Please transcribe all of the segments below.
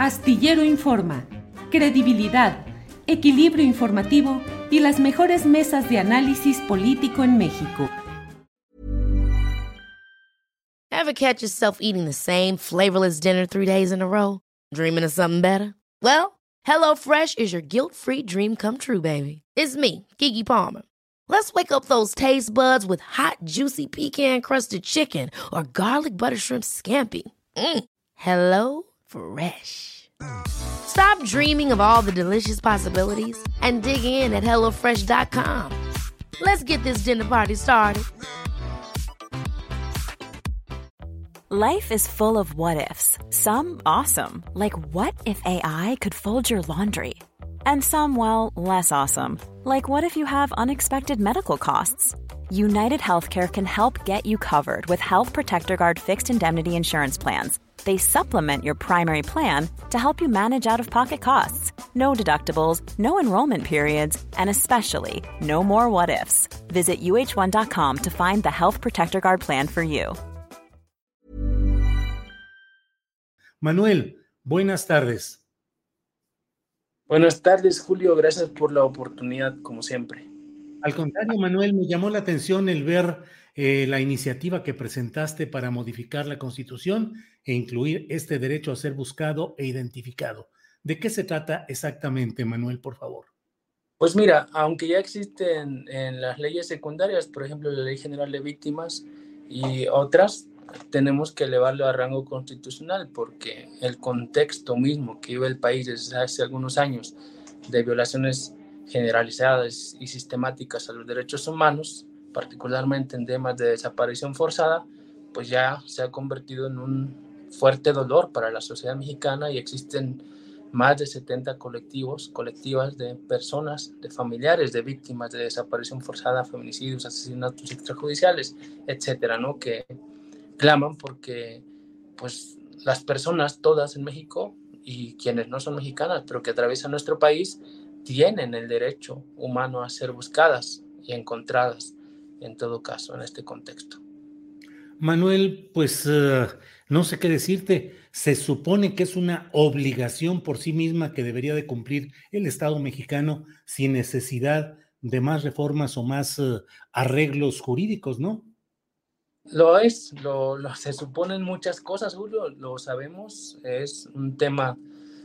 Astillero Informa, credibilidad, equilibrio informativo y las mejores mesas de análisis político en México. Ever catch yourself eating the same flavorless dinner 3 days in a row? Dreaming of something better? Well, HelloFresh is your guilt-free dream come true, baby. It's me, Keke Palmer. Let's wake up those taste buds with hot, juicy pecan-crusted chicken or garlic butter shrimp scampi. Hello Fresh. Stop dreaming of all the delicious possibilities and dig in at HelloFresh.com. Let's get this dinner party started. Life is full of what-ifs. Some awesome, like what if AI could fold your laundry? And some, well, less awesome, like what if you have unexpected medical costs? United Healthcare can help get you covered with Health Protector Guard fixed indemnity insurance plans. They supplement your primary plan to help you manage out-of-pocket costs. No deductibles, no enrollment periods, and especially no more what-ifs. Visit uh1.com to find the Health Protector Guard plan for you. Manuel, buenas tardes. Buenas tardes, Julio. Gracias por la oportunidad, como siempre. Al contrario, Manuel, me llamó la atención el ver la iniciativa que presentaste para modificar la Constitución e incluir este derecho a ser buscado e identificado. ¿De qué se trata exactamente, Manuel, por favor? Pues mira, aunque ya existen en las leyes secundarias, por ejemplo, la Ley General de Víctimas y otras, tenemos que elevarlo a rango constitucional porque el contexto mismo que vive el país desde hace algunos años de violaciones generalizadas y sistemáticas a los derechos humanos, particularmente en temas de desaparición forzada, pues ya se ha convertido en un fuerte dolor para la sociedad mexicana y existen más de 70 colectivas de personas, de familiares de víctimas de desaparición forzada, feminicidios, asesinatos extrajudiciales, etcétera, ¿no? Que claman porque pues las personas todas en México y quienes no son mexicanas pero que atraviesan nuestro país tienen el derecho humano a ser buscadas y encontradas en todo caso en este contexto. Manuel, pues no sé qué decirte. Se supone que es una obligación por sí misma que debería de cumplir el Estado mexicano sin necesidad de más reformas o más arreglos jurídicos, ¿no? Lo es, se suponen muchas cosas, Julio, lo sabemos, es un tema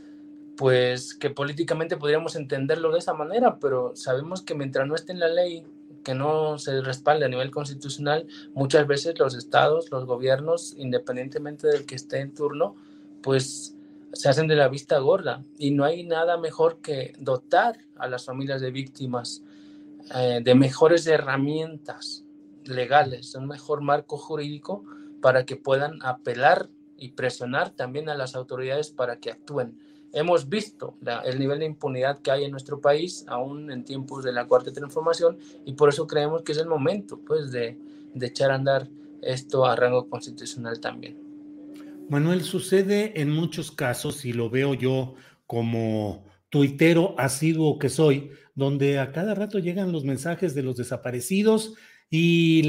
pues que políticamente podríamos entenderlo de esa manera, pero sabemos que mientras no esté en la ley, que no se respalde a nivel constitucional, muchas veces los estados, los gobiernos, independientemente del que esté en turno, pues se hacen de la vista gorda y no hay nada mejor que dotar a las familias de víctimas de mejores herramientas legales, un mejor marco jurídico para que puedan apelar y presionar también a las autoridades para que actúen. Hemos visto el nivel de impunidad que hay en nuestro país, aún en tiempos de la Cuarta Transformación, y por eso creemos que es el momento pues, de echar a andar esto a rango constitucional también. Manuel, sucede en muchos casos, y lo veo yo como tuitero asiduo que soy, donde a cada rato llegan los mensajes de los desaparecidos y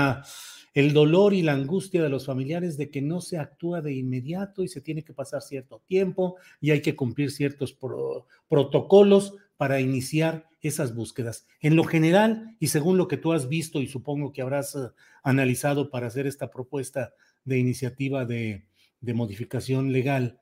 el dolor y la angustia de los familiares de que no se actúa de inmediato y se tiene que pasar cierto tiempo y hay que cumplir ciertos protocolos para iniciar esas búsquedas. En lo general, y según lo que tú has visto y supongo que habrás analizado para hacer esta propuesta de iniciativa de modificación legal,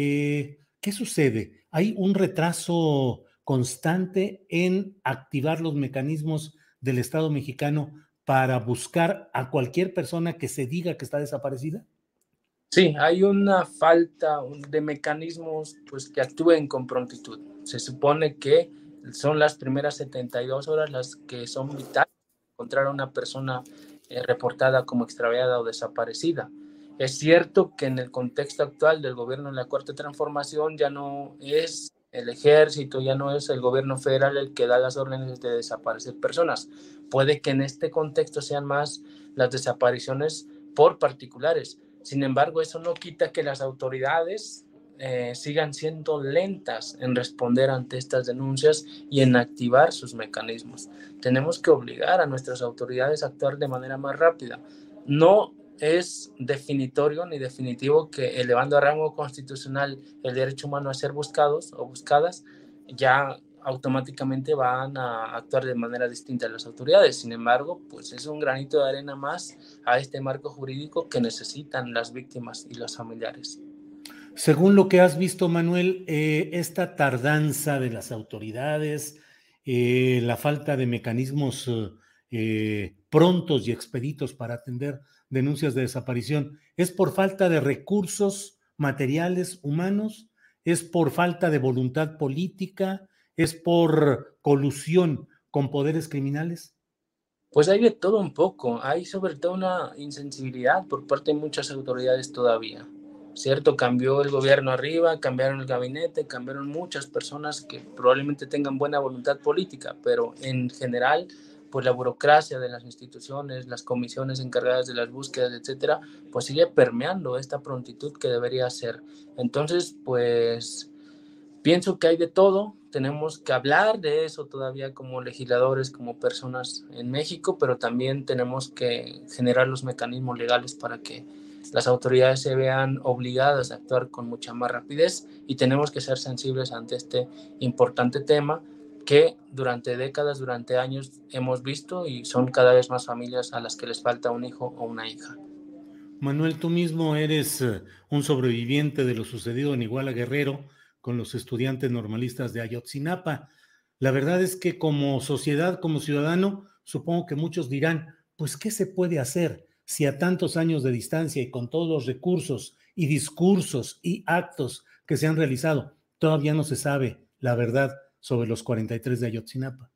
¿qué sucede? ¿Hay un retraso constante en activar los mecanismos del Estado mexicano para buscar a cualquier persona que se diga que está desaparecida? Sí, hay una falta de mecanismos pues, que actúen con prontitud. Se supone que son las primeras 72 horas las que son vitales para encontrar a una persona reportada como extraviada o desaparecida. Es cierto que en el contexto actual del gobierno de la Cuarta Transformación ya no es el ejército, ya no es el gobierno federal el que da las órdenes de desaparecer personas. Puede que en este contexto sean más las desapariciones por particulares. Sin embargo, eso no quita que las autoridades sigan siendo lentas en responder ante estas denuncias y en activar sus mecanismos. Tenemos que obligar a nuestras autoridades a actuar de manera más rápida. No es definitorio ni definitivo que elevando a rango constitucional el derecho humano a ser buscados o buscadas, ya automáticamente van a actuar de manera distinta las autoridades. Sin embargo, pues es un granito de arena más a este marco jurídico que necesitan las víctimas y los familiares. Según lo que has visto, Manuel, esta tardanza de las autoridades, la falta de mecanismos prontos y expeditos para atender denuncias de desaparición, ¿es por falta de recursos materiales humanos? ¿Es por falta de voluntad política? ¿Es por colusión con poderes criminales? Pues hay de todo un poco, hay sobre todo una insensibilidad por parte de muchas autoridades todavía, ¿cierto? Cambió el gobierno arriba, cambiaron el gabinete, cambiaron muchas personas que probablemente tengan buena voluntad política, pero en general, pues la burocracia de las instituciones, las comisiones encargadas de las búsquedas, etcétera, pues sigue permeando esta prontitud que debería ser. Entonces, pues pienso que hay de todo, tenemos que hablar de eso todavía como legisladores, como personas en México, pero también tenemos que generar los mecanismos legales para que las autoridades se vean obligadas a actuar con mucha más rapidez, y tenemos que ser sensibles ante este importante tema que durante décadas, durante años hemos visto, y son cada vez más familias a las que les falta un hijo o una hija. Manuel, tú mismo eres un sobreviviente de lo sucedido en Iguala Guerrero con los estudiantes normalistas de Ayotzinapa. La verdad es que como sociedad, como ciudadano, supongo que muchos dirán, pues, ¿qué se puede hacer si a tantos años de distancia y con todos los recursos y discursos y actos que se han realizado, todavía no se sabe la verdad sobre los 43 de Ayotzinapa?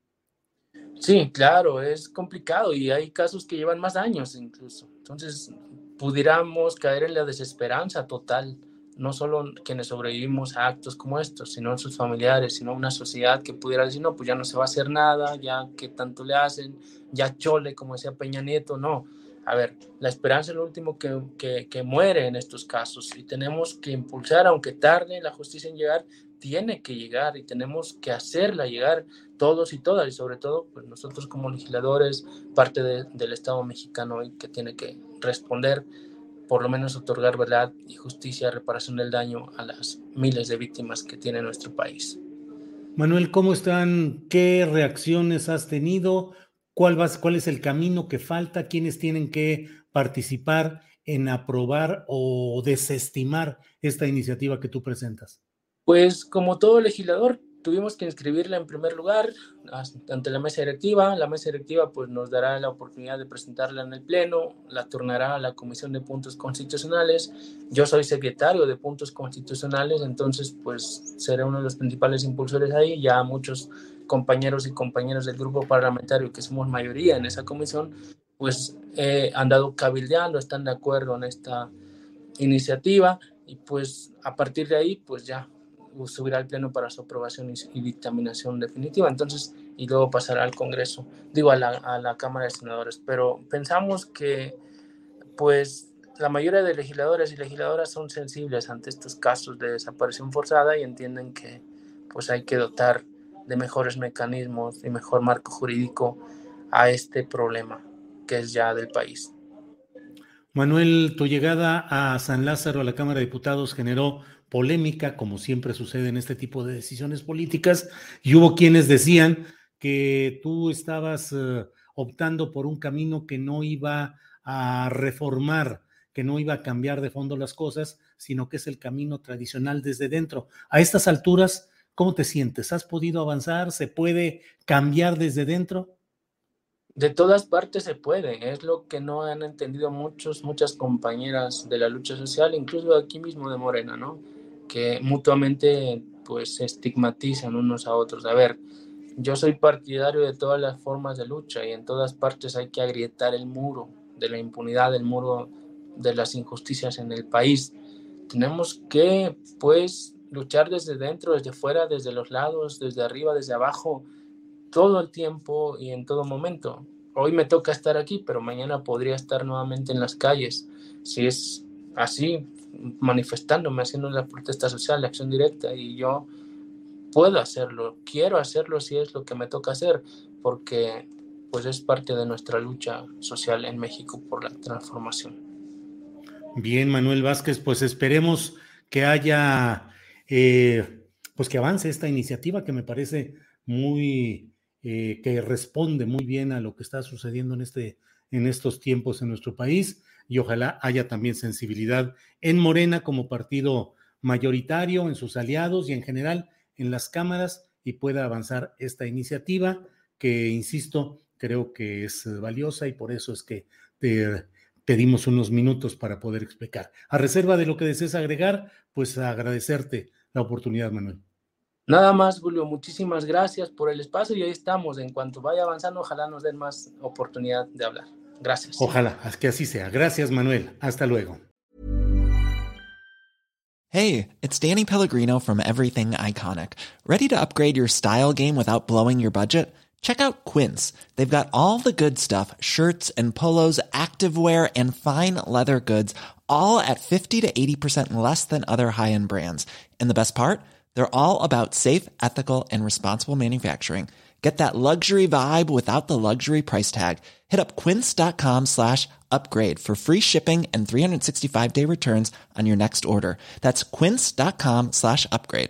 Sí, claro, es complicado y hay casos que llevan más años incluso. Entonces, pudiéramos caer en la desesperanza total, no solo quienes sobrevivimos a actos como estos, sino sus familiares, sino una sociedad que pudiera decir, no, pues ya no se va a hacer nada, ya que tanto le hacen, ya chole, como decía Peña Nieto. No. A ver, la esperanza es lo último que muere en estos casos, y tenemos que impulsar, aunque tarde la justicia en llegar, tiene que llegar, y tenemos que hacerla llegar todos y todas, y sobre todo pues nosotros como legisladores, parte del Estado mexicano hoy, que tiene que responder, por lo menos otorgar verdad y justicia, reparación del daño a las miles de víctimas que tiene nuestro país. Manuel, ¿cómo están? ¿Qué reacciones has tenido? ¿Cuál es el camino que falta? ¿Quiénes tienen que participar en aprobar o desestimar esta iniciativa que tú presentas? Pues como todo legislador, tuvimos que inscribirla en primer lugar ante la mesa directiva. La mesa directiva pues nos dará la oportunidad de presentarla en el pleno, la turnará a la Comisión de Puntos Constitucionales. Yo soy secretario de Puntos Constitucionales, entonces pues seré uno de los principales impulsores ahí. Ya muchos compañeros y compañeras del grupo parlamentario, que somos mayoría en esa comisión, pues han dado cabildeando, están de acuerdo en esta iniciativa, y pues a partir de ahí pues ya subirá al pleno para su aprobación y dictaminación definitiva, entonces, y luego pasará al Congreso, a la Cámara de Senadores. Pero pensamos que pues la mayoría de legisladores y legisladoras son sensibles ante estos casos de desaparición forzada y entienden que pues hay que dotar de mejores mecanismos y mejor marco jurídico a este problema que es ya del país. Manuel, tu llegada a San Lázaro, a la Cámara de Diputados, generó polémica, como siempre sucede en este tipo de decisiones políticas, y hubo quienes decían que tú estabas optando por un camino que no iba a reformar, que no iba a cambiar de fondo las cosas, sino que es el camino tradicional desde dentro. A estas alturas, ¿cómo te sientes? ¿Has podido avanzar? ¿Se puede cambiar desde dentro? De todas partes se puede, es lo que no han entendido muchas compañeras de la lucha social, incluso aquí mismo de Morena, ¿no? Que mutuamente pues se estigmatizan unos a otros. A ver, yo soy partidario de todas las formas de lucha, y en todas partes hay que agrietar el muro de la impunidad, el muro de las injusticias en el país. Tenemos que pues luchar desde dentro, desde fuera, desde los lados, desde arriba, desde abajo, todo el tiempo y en todo momento. Hoy me toca estar aquí, pero mañana podría estar nuevamente en las calles. Si es así, manifestándome, haciendo la protesta social, la acción directa, y yo puedo hacerlo, quiero hacerlo si es lo que me toca hacer, porque pues es parte de nuestra lucha social en México por la transformación. Bien, Manuel Vázquez, pues esperemos que haya, pues que avance esta iniciativa que me parece muy, que responde muy bien a lo que está sucediendo en estos tiempos en nuestro país, y ojalá haya también sensibilidad en Morena como partido mayoritario, en sus aliados y en general en las cámaras, y pueda avanzar esta iniciativa que, insisto, creo que es valiosa, y por eso es que pedimos unos minutos para poder explicar. A reserva de lo que desees agregar, pues agradecerte la oportunidad, Manuel. Nada más, Julio, muchísimas gracias por el espacio y ahí estamos. En cuanto vaya avanzando, ojalá nos den más oportunidad de hablar. Gracias. Ojalá, que así sea. Gracias, Manuel. Hasta luego. Hey, it's Danny Pellegrino from Everything Iconic. ¿Ready to upgrade your style game without blowing your budget? Check out Quince. They've got all the good stuff, shirts and polos, activewear, and fine leather goods, all at 50 to 80% less than other high-end brands. And the best part? They're all about safe, ethical, and responsible manufacturing. Get that luxury vibe without the luxury price tag. Hit up quince.com/upgrade for free shipping and 365-day returns on your next order. That's quince.com/upgrade.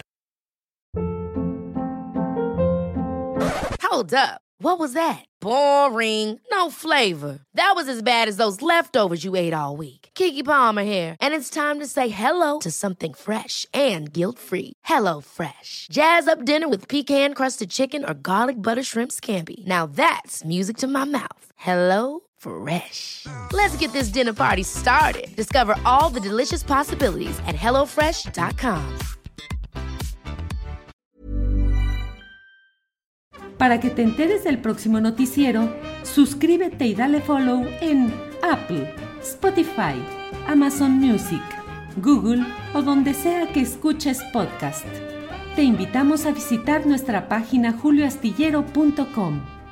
Hold up. What was that? Boring. No flavor. That was as bad as those leftovers you ate all week. Keke Palmer here, and it's time to say hello to something fresh and guilt-free. Hello Fresh. Jazz up dinner with pecan-crusted chicken or garlic butter shrimp scampi. Now that's music to my mouth. Hello Fresh. Let's get this dinner party started. Discover all the delicious possibilities at hellofresh.com. Para que te enteres del próximo noticiero, suscríbete y dale follow en Apple, Spotify, Amazon Music, Google o donde sea que escuches podcast. Te invitamos a visitar nuestra página julioastillero.com.